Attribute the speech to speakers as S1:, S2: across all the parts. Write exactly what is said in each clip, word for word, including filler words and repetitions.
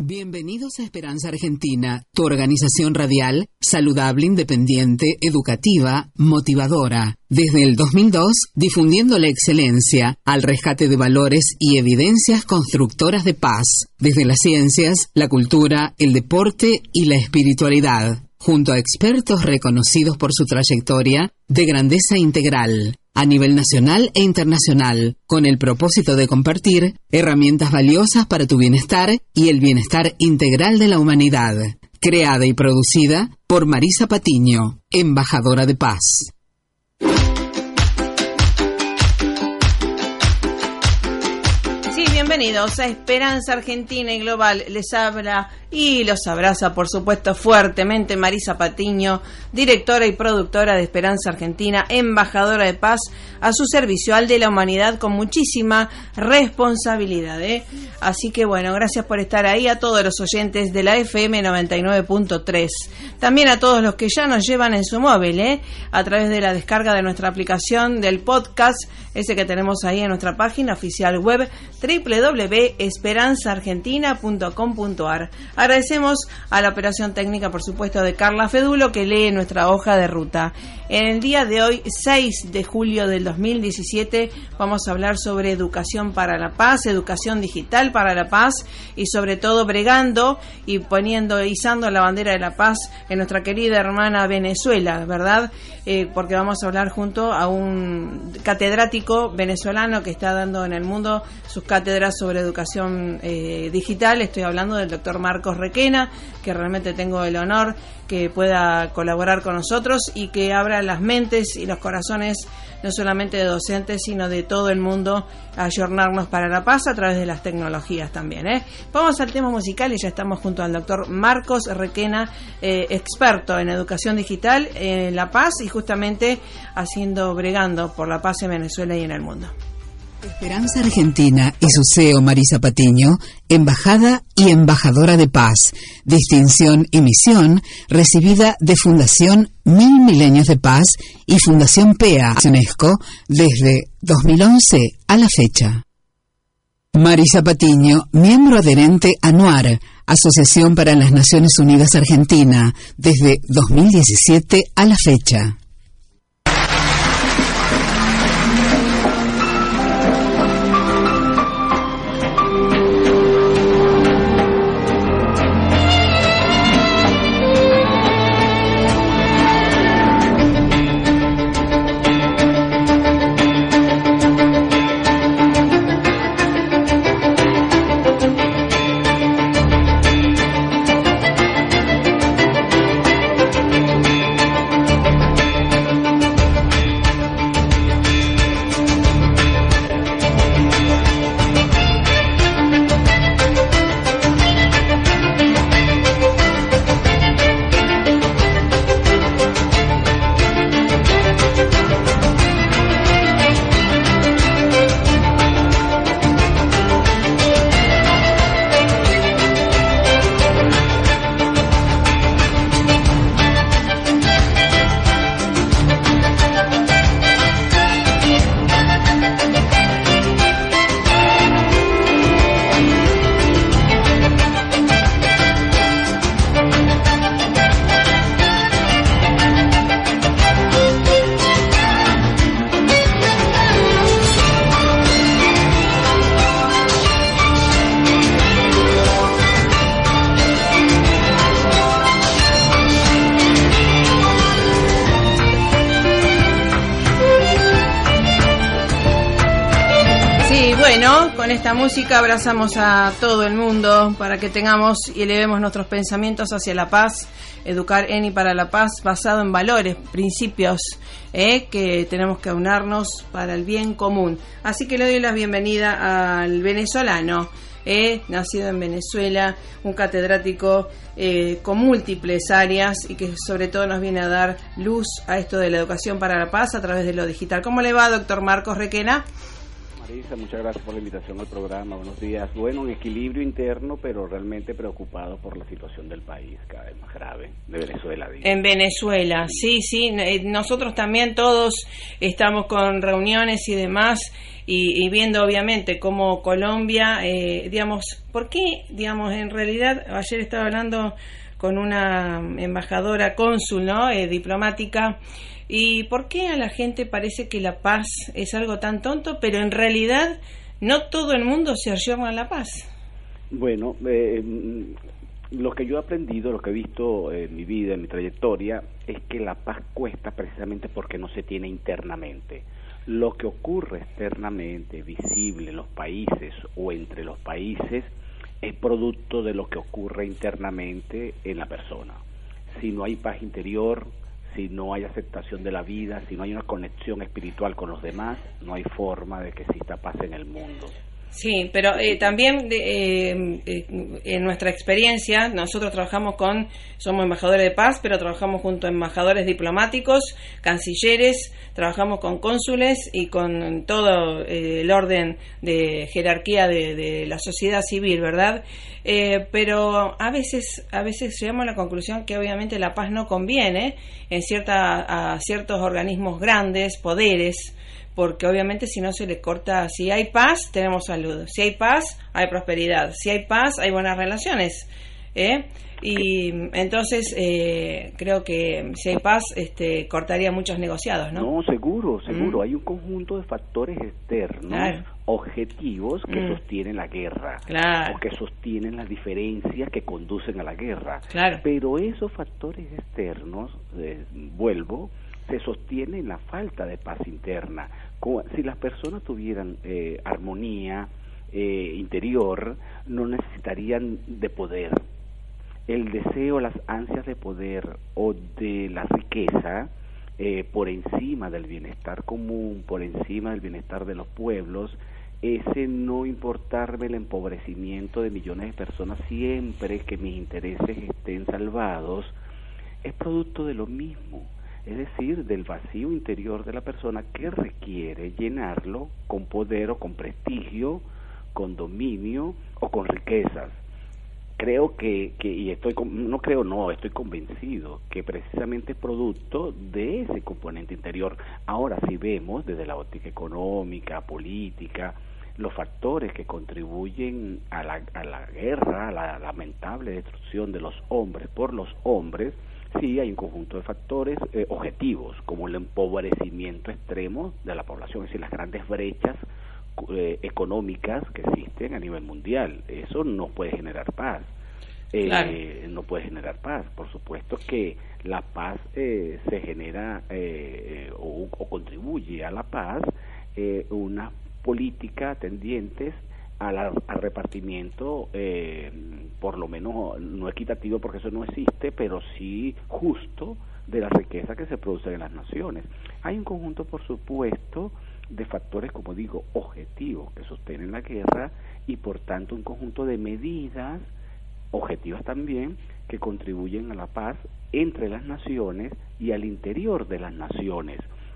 S1: Bienvenidos a Esperanza Argentina, tu organización radial, saludable, independiente, educativa, motivadora. Desde el dos mil dos, difundiendo la excelencia, al rescate de valores y evidencias constructoras de paz, desde las ciencias, la cultura, el deporte y la espiritualidad, junto a expertos reconocidos por su trayectoria de grandeza integral, a nivel nacional e internacional, con el propósito de compartir herramientas valiosas para tu bienestar y el bienestar integral de la humanidad. Creada y producida por Marisa Patiño, embajadora de paz.
S2: Sí, bienvenidos a Esperanza Argentina y Global. Les habla y los abraza, por supuesto, fuertemente Marisa Patiño, directora y productora de Esperanza Argentina, embajadora de paz, a su servicio al de la humanidad con muchísima responsabilidad, ¿eh? Así que bueno, gracias por estar ahí, a todos los oyentes de la F M noventa y nueve punto tres, también a todos los que ya nos llevan en su móvil, ¿eh? A través de la descarga de nuestra aplicación del podcast, ese que tenemos ahí en nuestra página oficial web doble u doble u doble u punto esperanza argentina punto com punto a r. Agradecemos a la operación técnica, por supuesto, de Carla Fedulo, que lee nuestra hoja de ruta. En el día de hoy, seis de julio del dos mil diecisiete, vamos a hablar sobre educación para la paz, educación digital para la paz y sobre todo bregando y poniendo, izando la bandera de la paz en nuestra querida hermana Venezuela, ¿verdad? Eh, porque vamos a hablar junto a un catedrático venezolano que está dando en el mundo sus cátedras sobre educación eh, digital. Estoy hablando del doctor Marcos Requena, que realmente tengo el honor que pueda colaborar con nosotros y que abra las mentes y los corazones no solamente de docentes, sino de todo el mundo, a ayornarnos para la paz a través de las tecnologías también, ¿eh? Vamos al tema musical y ya estamos junto al doctor Marcos Requena, eh, experto en educación digital, en la paz y justamente haciendo, bregando por la paz en Venezuela y en el mundo.
S1: Esperanza Argentina y su C E O Marisa Patiño, embajada y embajadora de paz, distinción y misión recibida de Fundación Mil Milenios de Paz y Fundación P E A UNESCO desde dos mil once a la fecha. Marisa Patiño, miembro adherente a NUAR, Asociación para las Naciones Unidas Argentina, desde dos mil diecisiete a la fecha.
S2: Con esta música abrazamos a todo el mundo para que tengamos y elevemos nuestros pensamientos hacia la paz, educar en y para la paz basado en valores, principios eh, que tenemos que unirnos para el bien común. Así que le doy la bienvenida al venezolano, eh, nacido en Venezuela, un catedrático eh, con múltiples áreas y que sobre todo nos viene a dar luz a esto de la educación para la paz a través de lo digital. ¿Cómo le va, doctor Marcos Requena?
S3: Marisa, muchas gracias por la invitación al programa. Buenos días. Bueno, un equilibrio interno, pero realmente preocupado por la situación del país, cada vez más grave, de Venezuela. Digo.
S2: En Venezuela, sí, sí. Nosotros también todos estamos con reuniones y demás, y, y viendo obviamente cómo Colombia, eh, digamos, ¿por qué, digamos, en realidad, ayer estaba hablando con una embajadora cónsul, ¿no?, eh, diplomática, y por qué a la gente parece que la paz es algo tan tonto, pero en realidad no todo el mundo se ayorna a la paz.
S3: Bueno, eh, lo que yo he aprendido, lo que he visto en mi vida, en mi trayectoria, es que la paz cuesta precisamente porque no se tiene internamente. Lo que ocurre externamente, visible en los países o entre los países, es producto de lo que ocurre internamente en la persona. Si no hay paz interior, si no hay aceptación de la vida, si no hay una conexión espiritual con los demás, no hay forma de que exista paz en el mundo.
S2: Sí, pero eh, también eh, eh, en nuestra experiencia, nosotros trabajamos con, somos embajadores de paz, pero trabajamos junto a embajadores diplomáticos, cancilleres, trabajamos con cónsules y con todo eh, el orden de jerarquía de, de la sociedad civil, ¿verdad? Eh, pero a veces, a veces llegamos a la conclusión que obviamente la paz no conviene en cierta, a ciertos organismos grandes, poderes, porque obviamente si no se le corta, si hay paz, tenemos salud, si hay paz, hay prosperidad, si hay paz, hay buenas relaciones, ¿eh? Y entonces eh, creo que si hay paz, este, cortaría muchos negociados, ¿no?
S3: No, seguro, seguro,
S2: Mm.
S3: hay un conjunto de factores externos,
S2: Claro.
S3: objetivos, que
S2: Mm.
S3: sostienen la guerra,
S2: Claro.
S3: o que sostienen las diferencias que conducen a la guerra.
S2: Claro.
S3: Pero esos factores externos, eh, vuelvo, se sostiene en la falta de paz interna. Como, si las personas tuvieran eh, armonía eh, interior, no necesitarían de poder. El deseo, las ansias de poder o de la riqueza eh, por encima del bienestar común, por encima del bienestar de los pueblos, ese no importarme el empobrecimiento de millones de personas siempre que mis intereses estén salvados, es producto de lo mismo. Es decir, del vacío interior de la persona que requiere llenarlo con poder o con prestigio, con dominio o con riquezas. Creo que, que y estoy, no creo, no, estoy convencido que precisamente es producto de ese componente interior. Ahora, si vemos desde la óptica económica, política, los factores que contribuyen a la, a la guerra, a la lamentable destrucción de los hombres por los hombres, sí hay un conjunto de factores eh, objetivos, como el empobrecimiento extremo de la población, es decir, las grandes brechas eh, económicas que existen a nivel mundial. Eso no puede generar paz. Eh,
S2: Claro.
S3: No puede generar paz. Por supuesto que la paz eh, se genera eh, o, o contribuye a la paz eh, una política tendientes al, al repartimiento, eh, por lo menos no equitativo porque eso no existe, pero sí justo, de la riqueza que se produce en las naciones. Hay un conjunto, por supuesto, de factores, como digo, objetivos que sostienen la guerra y por tanto un conjunto de medidas objetivas también que contribuyen a la paz entre las naciones y al interior de las naciones.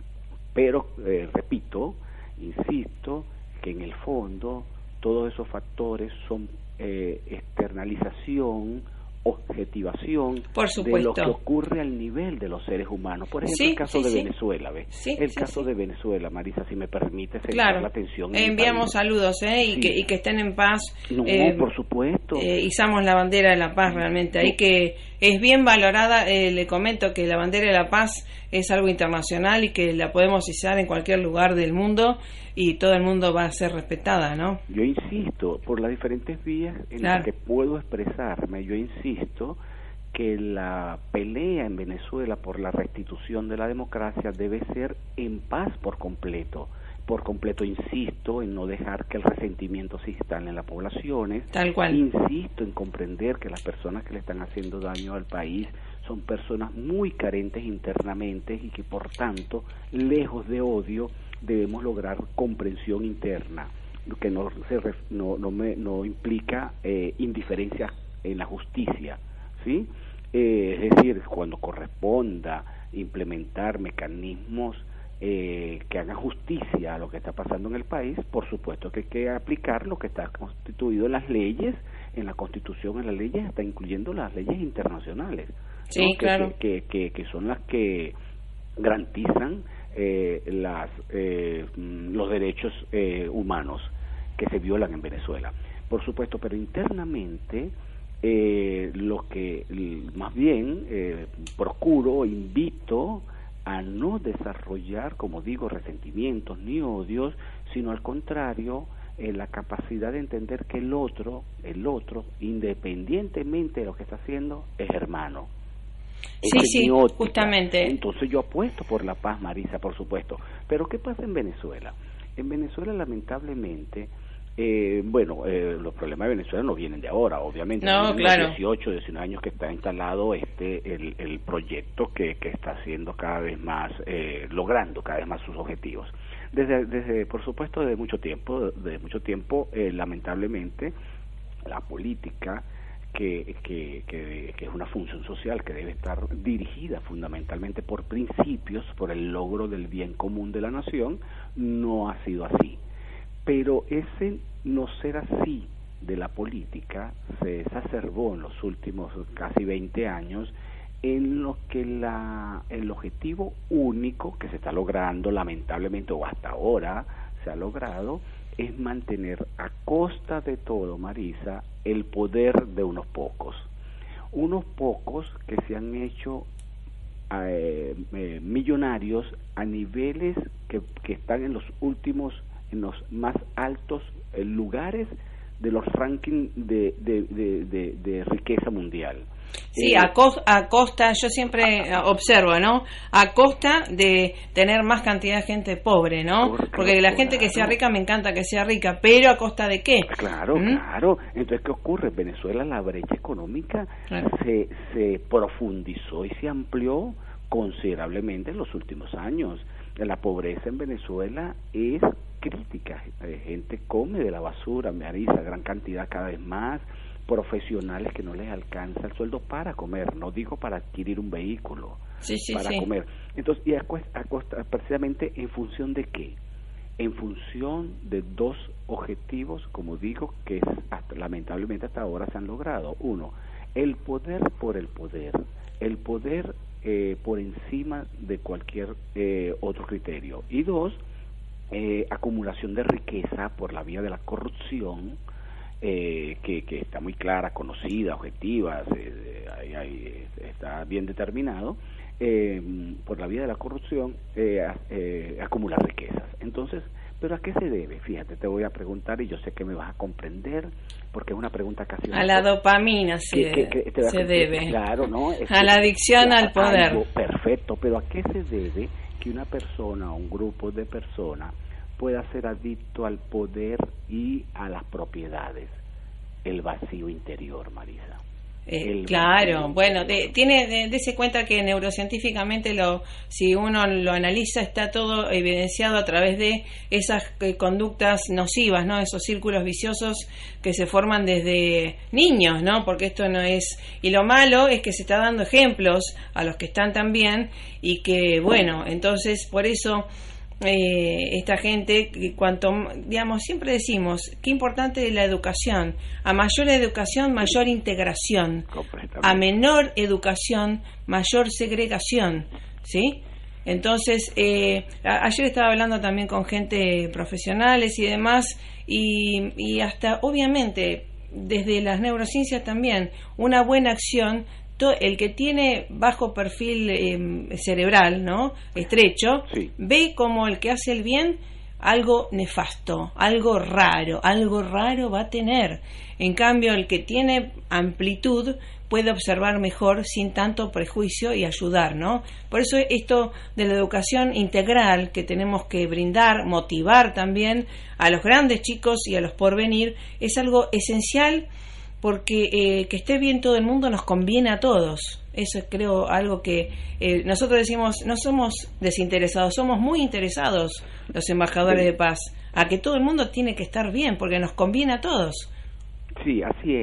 S3: Pero, eh, repito, insisto, que en el fondo todos esos factores son eh, externalización, objetivación
S2: Por
S3: de lo
S2: supuesto.
S3: que ocurre al nivel de los seres humanos. Por ejemplo,
S2: Sí,
S3: el caso
S2: sí,
S3: de
S2: sí.
S3: Venezuela, ¿ves?
S2: Sí,
S3: el
S2: sí,
S3: caso
S2: sí.
S3: de Venezuela, Marisa, si me permite centrar
S2: Claro.
S3: la atención en el
S2: Enviamos
S3: país.
S2: saludos, ¿eh? Y,
S3: Sí.
S2: que, y que estén en paz.
S3: No,
S2: Eh,
S3: por supuesto.
S2: Eh, izamos la bandera de la paz realmente. Ahí que es bien valorada. Eh, le comento que la bandera de la paz es algo internacional y que la podemos izar en cualquier lugar del mundo y todo el mundo va a ser respetada, ¿no?
S3: Yo insisto, por las diferentes vías en
S2: Claro.
S3: las que puedo expresarme, yo insisto que la pelea en Venezuela por la restitución de la democracia debe ser en paz por completo. Por completo insisto en no dejar que el resentimiento se instale en las poblaciones.
S2: Tal cual.
S3: Insisto en comprender que las personas que le están haciendo daño al país son personas muy carentes internamente y que por tanto, lejos de odio, debemos lograr comprensión interna, que no se ref, no no me no implica eh, indiferencia en la justicia, ¿sí? Eh, es decir, cuando corresponda implementar mecanismos eh, que hagan justicia a lo que está pasando en el país, por supuesto que hay que aplicar lo que está constituido en las leyes, en la Constitución, en las leyes, hasta incluyendo las leyes internacionales.
S2: Sí,
S3: ¿no? que,
S2: claro.
S3: Que, que, que, que son las que garantizan eh, las eh, los derechos eh, humanos que se violan en Venezuela. Por supuesto, pero internamente eh, lo que más bien eh, procuro, invito a no desarrollar, como digo, resentimientos ni odios, sino al contrario, eh, la capacidad de entender que el otro, el otro, independientemente de lo que está haciendo, es hermano.
S2: Sí, sí, justamente.
S3: Entonces yo apuesto por la paz, Marisa, por supuesto. Pero ¿qué pasa en Venezuela? En Venezuela, lamentablemente, eh, bueno, eh, los problemas de Venezuela no vienen de ahora, obviamente.
S2: No,
S3: vienen
S2: claro.
S3: de los dieciocho, diecinueve años que está instalado este el, el proyecto que, que está haciendo cada vez más, eh, logrando cada vez más sus objetivos. Desde, desde por supuesto, desde mucho tiempo, desde mucho tiempo, eh, lamentablemente, la política Que, que, que, que es una función social que debe estar dirigida fundamentalmente por principios, por el logro del bien común de la nación, no ha sido así. Pero ese no ser así de la política se exacerbó en los últimos casi veinte años, en lo que la, el objetivo único que se está logrando, lamentablemente, o hasta ahora se ha logrado, es mantener a costa de todo, Marisa, el poder de unos pocos. Unos pocos que se han hecho eh, eh, millonarios a niveles que, que están en los últimos, en los más altos eh, lugares de los rankings de, de, de, de, de riqueza mundial.
S2: Sí,
S3: eh,
S2: a, cos, a costa, yo siempre observo, ¿no? A costa de tener más cantidad de gente pobre, ¿no?
S3: Porque,
S2: Porque la
S3: claro.
S2: gente que sea rica me encanta que sea rica, pero ¿a costa de qué?
S3: Claro,
S2: ¿Mm?
S3: claro. Entonces, ¿qué ocurre? En Venezuela la brecha económica
S2: Claro.
S3: se, se profundizó y se amplió considerablemente en los últimos años. La pobreza en Venezuela es crítica. Gente come de la basura, Marisa, gran cantidad cada vez más. Profesionales que no les alcanza el sueldo para comer, no digo para adquirir un vehículo,
S2: Sí, sí,
S3: para
S2: sí.
S3: comer. Entonces, y a cuesta, a costa, precisamente en función de qué? En función de dos objetivos, como digo, que es hasta, lamentablemente hasta ahora se han logrado. Uno, el poder por el poder, el poder eh, por encima de cualquier eh, otro criterio. Y dos, eh, acumulación de riqueza por la vía de la corrupción, Eh, que, que está muy clara, conocida, objetiva, eh, ahí, ahí está bien determinado, eh, por la vía de la corrupción, eh, eh, acumular riquezas. Entonces, ¿pero a qué se debe? Fíjate, te voy a preguntar y yo sé que me vas a comprender, porque es una pregunta casi...
S2: A la dopamina se,
S3: que, que, que te
S2: se debe.
S3: Claro, ¿no? Es
S2: a
S3: que,
S2: la adicción
S3: claro,
S2: al poder.
S3: Algo, perfecto, pero ¿a qué se debe que una persona o un grupo de personas pueda ser adicto al poder y a las propiedades? El vacío interior, Marisa.
S2: Eh, claro, bueno, de, tiene de, dése cuenta que neurocientíficamente lo, si uno lo analiza, está todo evidenciado a través de esas eh, conductas nocivas, ¿no? Esos círculos viciosos que se forman desde niños, ¿no? Porque esto no es... Y lo malo es que se está dando ejemplos a los que están también y que, bueno, entonces por eso... Eh, esta gente, cuanto, digamos, siempre decimos qué importante es la educación. A mayor educación, mayor integración. A menor educación, mayor segregación, ¿sí? Entonces, eh, a, ayer estaba hablando también con gente profesionales y demás, y, y hasta, obviamente, desde las neurociencias también, una buena acción. El que tiene bajo perfil eh, cerebral, ¿no? Estrecho,
S3: sí.
S2: Ve como el que hace el bien algo nefasto, algo raro, algo raro va a tener. En cambio, el que tiene amplitud puede observar mejor sin tanto prejuicio y ayudar, ¿no? Por eso esto de la educación integral que tenemos que brindar, motivar también a los grandes chicos y a los porvenir, es algo esencial. Porque eh, que esté bien todo el mundo nos conviene a todos. Eso es, creo, algo que eh, nosotros decimos, no somos desinteresados, somos muy interesados los embajadores
S3: sí.
S2: de paz, a que todo el mundo tiene que estar bien, porque nos conviene a todos.
S3: Sí, así es.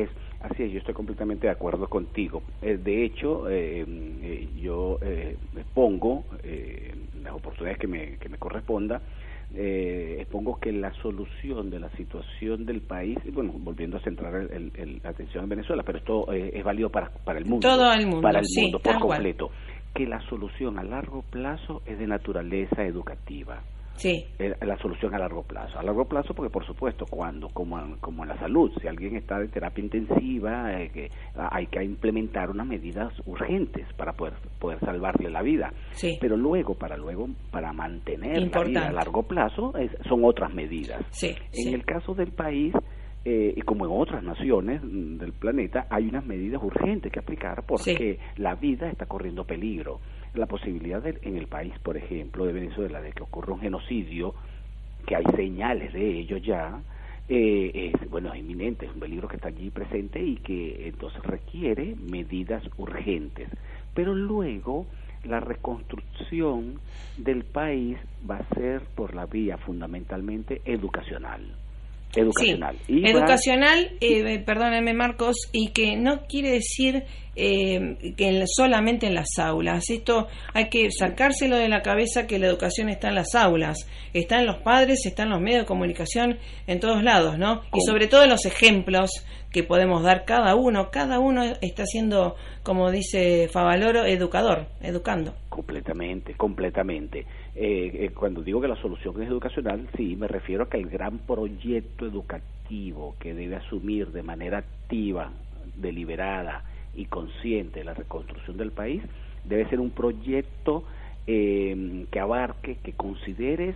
S3: Así es, yo estoy completamente de acuerdo contigo. Eh, de hecho, eh, eh, yo eh, expongo, eh, las oportunidades que me, que me corresponda, eh, expongo que la solución de la situación del país, bueno, volviendo a centrar el, el, el, la atención en Venezuela, pero esto eh, es válido para, para el mundo.
S2: Todo el mundo,
S3: para el
S2: sí,
S3: mundo por
S2: tal
S3: completo.
S2: cual.
S3: Que la solución a largo plazo es de naturaleza educativa.
S2: Sí.
S3: La solución a largo plazo. A largo plazo porque, por supuesto, cuando como, como en la salud, si alguien está de terapia intensiva, eh, que hay que implementar unas medidas urgentes para poder poder salvarle la vida.
S2: Sí.
S3: Pero luego, para luego para mantener
S2: Importante.
S3: la vida a largo plazo, es, son otras medidas.
S2: Sí,
S3: en
S2: sí.
S3: el caso del país, eh, y como en otras naciones del planeta, hay unas medidas urgentes que aplicar porque sí. la vida está corriendo peligro. La posibilidad de, en el país, por ejemplo, de Venezuela, de que ocurra un genocidio, que hay señales de ello ya, eh, es, bueno, es inminente, es un peligro que está allí presente y que entonces requiere medidas urgentes. Pero luego la reconstrucción del país va a ser por la vía fundamentalmente educacional. Educacional.
S2: Sí,
S3: y
S2: educacional, va... eh, perdóname Marcos, y que no quiere decir eh, que en, solamente en las aulas. Esto hay que sacárselo de la cabeza, que la educación está en las aulas, está en los padres, está en los medios de comunicación, en todos lados, ¿no? Y sobre todo en los ejemplos que podemos dar cada uno. Cada uno está siendo, como dice Favaloro, educador, educando.
S3: Completamente, completamente. Eh, eh, cuando digo que la solución es educacional, sí, me refiero a que el gran proyecto educativo que debe asumir de manera activa, deliberada y consciente la reconstrucción del país debe ser un proyecto eh, que abarque, que consideres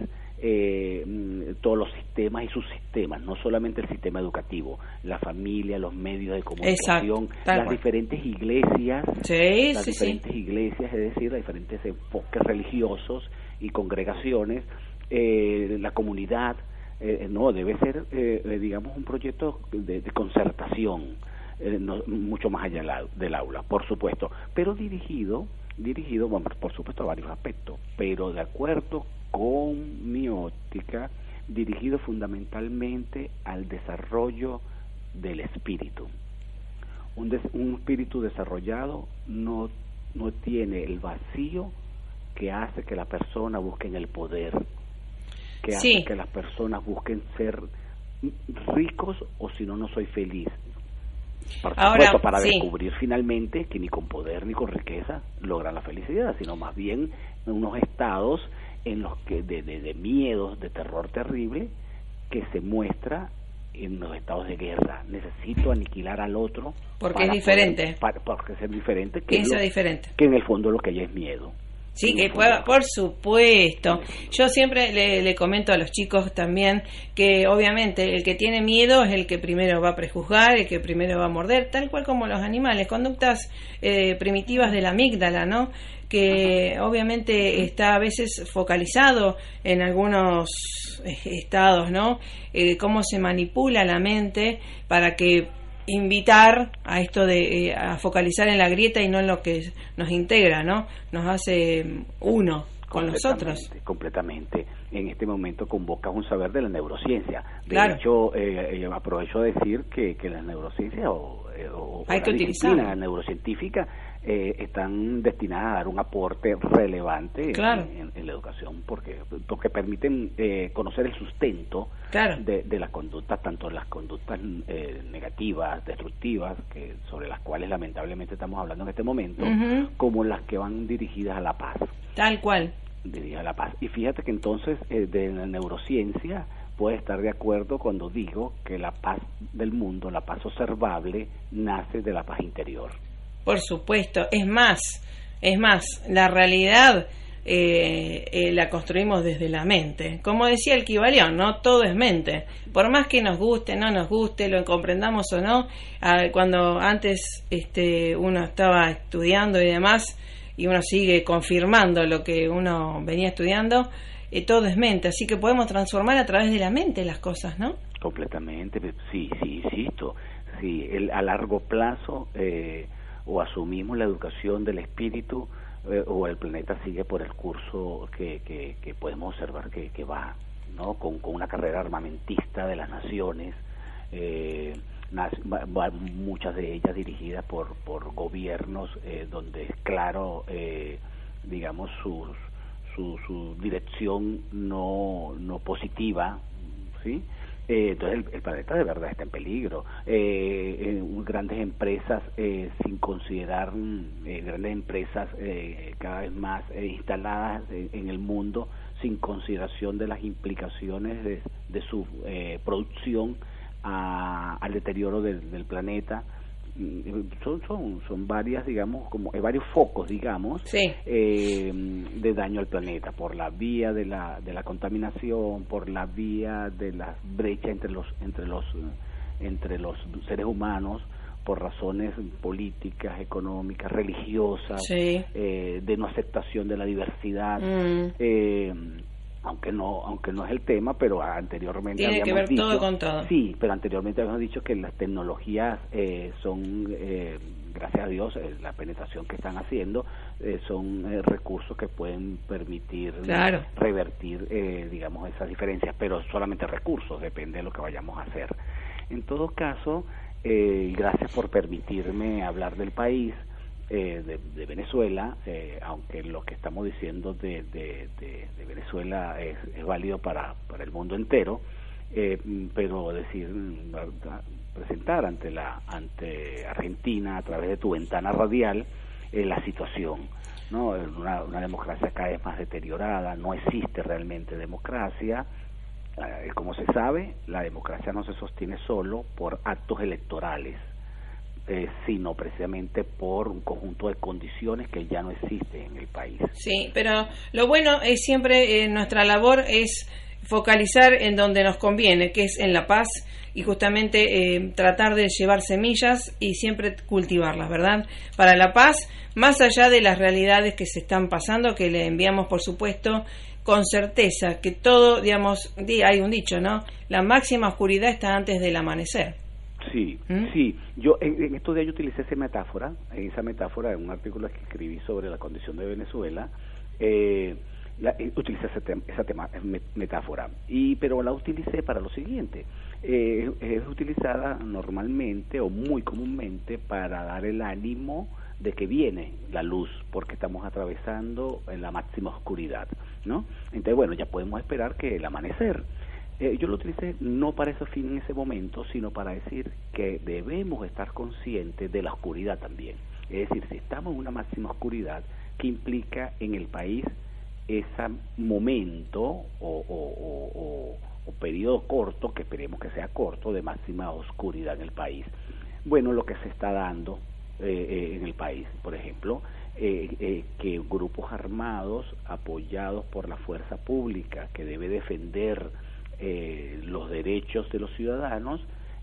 S3: eh, todos los sistemas y subsistemas, no solamente el sistema educativo, la familia, los medios de comunicación,
S2: Exacto,
S3: las
S2: cual.
S3: diferentes iglesias,
S2: sí,
S3: las
S2: sí,
S3: diferentes
S2: sí.
S3: iglesias, es decir, las diferentes enfoques religiosos y congregaciones, eh, la comunidad, eh, no, debe ser, eh, digamos, un proyecto de, de concertación, eh, no, mucho más allá del aula, por supuesto, pero dirigido, dirigido, bueno, por supuesto, a varios aspectos, pero de acuerdo con mi óptica, dirigido fundamentalmente al desarrollo del espíritu. Un, des, un espíritu desarrollado no, no tiene el vacío que hace que la persona busque en el poder, que
S2: sí.
S3: hace que las personas busquen ser ricos o si no, no soy feliz. Por supuesto,
S2: Ahora,
S3: para
S2: sí.
S3: descubrir finalmente que ni con poder ni con riqueza logran la felicidad, sino más bien en unos estados en los que de, de, de miedos, de terror terrible, que se muestra en los estados de guerra. Necesito aniquilar al otro
S2: porque es diferente,
S3: poder, para, porque es diferente que,
S2: piensa
S3: lo,
S2: diferente,
S3: que en el fondo lo que hay es miedo.
S2: Sí, que pueda, por supuesto. Yo siempre le, le comento a los chicos también que obviamente el que tiene miedo es el que primero va a prejuzgar, el que primero va a morder, tal cual como los animales, conductas eh, primitivas de la amígdala, ¿no? Que Ajá. obviamente está a veces focalizado en algunos estados, ¿no? Eh, cómo se manipula la mente para que invitar a esto de eh, a focalizar en la grieta y no en lo que nos integra, ¿no? Nos hace uno con los otros.
S3: Completamente. En este momento convocas un saber de la neurociencia. De
S2: claro.
S3: hecho, eh, eh, aprovecho a decir que, que la neurociencia o, eh, o,
S2: Hay
S3: o
S2: que
S3: la disciplina neurocientífica eh, están destinadas a dar un aporte relevante
S2: claro.
S3: en, en, en la educación porque porque permiten eh, conocer el sustento
S2: claro.
S3: de, de las conductas, tanto las conductas eh, negativas, destructivas, que sobre las cuales lamentablemente estamos hablando en este momento, uh-huh. como las que van dirigidas a la paz.
S2: Tal cual.
S3: Dirigidas a la paz. Y fíjate que entonces eh, de la neurociencia puede estar de acuerdo cuando digo que la paz del mundo, la paz observable, nace de la paz interior.
S2: Por supuesto, es más, es más, la realidad eh, eh, la construimos desde la mente. Como decía el Kybalión, ¿no? Todo es mente. Por más que nos guste, no nos guste, lo comprendamos o no, eh, cuando antes este, uno estaba estudiando y demás, y uno sigue confirmando lo que uno venía estudiando, eh, todo es mente, así que podemos transformar a través de la mente las cosas, ¿no?
S3: Completamente, sí, sí, insisto, sí, el, a largo plazo eh, o asumimos la educación del espíritu eh, o el planeta sigue por el curso que, que, que podemos observar que, que va, ¿no? Con, con una carrera armamentista de las naciones, eh, muchas de ellas dirigidas por por gobiernos eh, donde es claro, eh, digamos, sus, su su dirección no no positiva, ¿sí? Eh, entonces el, el planeta de verdad está en peligro. Eh, eh, grandes empresas eh, sin considerar eh, grandes empresas eh, cada vez más eh, instaladas en, en el mundo sin consideración de las implicaciones de, de su eh, producción a, al deterioro del, del planeta. Son, son son varias, digamos, como eh, varios focos, digamos,
S2: sí.
S3: eh, de daño al planeta, por la vía de la de la contaminación, por la vía de la brecha entre los entre los entre los seres humanos, por razones políticas, económicas, religiosas,
S2: sí.
S3: eh, de no aceptación de la diversidad.
S2: Mm.
S3: Eh, aunque no aunque no es el tema, pero anteriormente
S2: tiene
S3: habíamos
S2: que ver
S3: dicho,
S2: todo con todo.
S3: Sí, pero anteriormente habíamos dicho que las tecnologías eh, son, eh, gracias a Dios, eh, la penetración que están haciendo, eh, son eh, recursos que pueden permitir
S2: claro.
S3: revertir, eh, digamos, esas diferencias, pero solamente recursos, depende de lo que vayamos a hacer. En todo caso, eh, gracias por permitirme hablar del país. Eh, de, de Venezuela, eh, aunque lo que estamos diciendo de, de, de, de Venezuela es, es válido para, para el mundo entero, eh, pero decir, presentar ante la ante Argentina a través de tu ventana radial eh, la situación, ¿no? Una, una democracia cada vez más deteriorada, no existe realmente democracia. Eh, como se sabe, la democracia no se sostiene solo por actos electorales, Eh, sino precisamente por un conjunto de condiciones que ya no existen en el país.
S2: Sí, pero lo bueno es siempre, eh, nuestra labor es focalizar en donde nos conviene, que es en la paz, y justamente eh, tratar de llevar semillas y siempre cultivarlas, ¿verdad? Para la paz, más allá de las realidades que se están pasando, que le enviamos, por supuesto, con certeza, que todo, digamos, hay un dicho, ¿no? La máxima oscuridad está antes del amanecer.
S3: Sí, ¿Mm? sí. Yo en, en estos días yo utilicé esa metáfora, en esa metáfora en un artículo que escribí sobre la condición de Venezuela, eh, la, eh, utilicé esa, tem, esa tema, metáfora, y pero la utilicé para lo siguiente. Eh, es utilizada normalmente o muy comúnmente para dar el ánimo de que viene la luz, porque estamos atravesando en la máxima oscuridad, ¿no? Entonces, bueno, ya podemos esperar que el amanecer. Eh, yo lo utilicé no para ese fin en ese momento, sino para decir que debemos estar conscientes de la oscuridad también. Es decir, si estamos en una máxima oscuridad, ¿qué implica en el país ese momento o, o, o, o, o periodo corto, que esperemos que sea corto, de máxima oscuridad en el país? Bueno, lo que se está dando eh, eh, en el país, por ejemplo, eh, eh, que grupos armados apoyados por la fuerza pública que debe defender Eh, los derechos de los ciudadanos,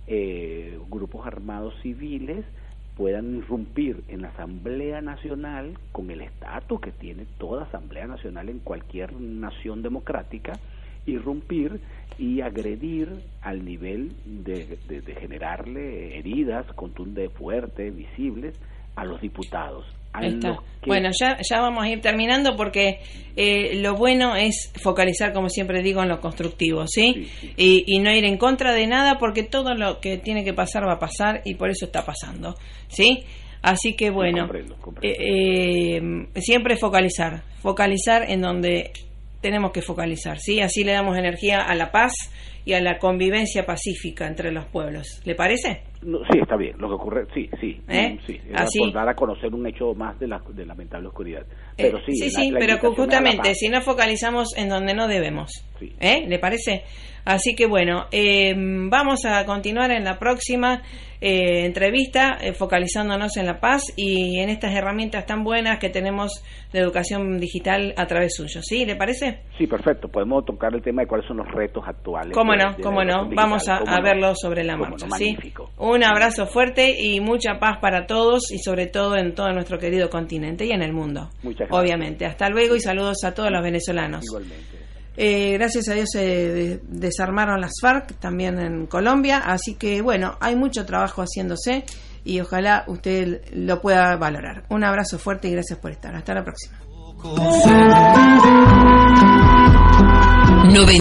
S3: eh, grupos armados civiles puedan irrumpir en la Asamblea Nacional con el estatus que tiene toda Asamblea Nacional en cualquier nación democrática, irrumpir y agredir al nivel de, de, de generarle heridas contundentes, fuertes, visibles a los diputados.
S2: Está. Que... Bueno, ya ya vamos a ir terminando porque eh, lo bueno es focalizar, como siempre digo, en lo constructivo, ¿sí? Sí, sí. Y, y no ir en contra de nada, porque todo lo que tiene que pasar va a pasar y por eso está pasando, ¿sí? Así que bueno, sí, comprendo, comprendo. Eh, eh, siempre focalizar, focalizar en donde tenemos que focalizar, ¿sí? Así le damos energía a la paz y a la convivencia pacífica entre los pueblos. ¿Le parece?
S3: No, sí, está bien. Lo que ocurre, sí, sí,
S2: ¿Eh?
S3: sí.
S2: Así.
S3: Por dar a conocer un hecho más de la de lamentable oscuridad. Pero sí,
S2: eh, sí,
S3: la,
S2: sí,
S3: la
S2: pero justamente si no focalizamos en donde no debemos,
S3: sí.
S2: ¿eh? ¿Le parece? Así que bueno, eh, vamos a continuar en la próxima eh, entrevista, eh, focalizándonos en la paz y en estas herramientas tan buenas que tenemos de educación digital a través suyo, ¿sí? ¿Le parece?
S3: Sí, perfecto. Podemos tocar el tema de cuáles son los retos actuales.
S2: ¿Cómo no?
S3: De, de
S2: ¿Cómo no? Vamos a, a verlo sobre la marcha,
S3: no?
S2: ¿sí?
S3: Magnífico.
S2: Un abrazo fuerte y mucha paz para todos y sobre todo en todo nuestro querido continente y en el mundo.
S3: Muchas gracias.
S2: Obviamente. Hasta luego y saludos a todos los venezolanos.
S3: Igualmente.
S2: Eh, gracias a Dios se de, desarmaron las FARC también en Colombia, así que bueno, hay mucho trabajo haciéndose y ojalá usted lo pueda valorar. Un abrazo fuerte y gracias por estar. Hasta la próxima.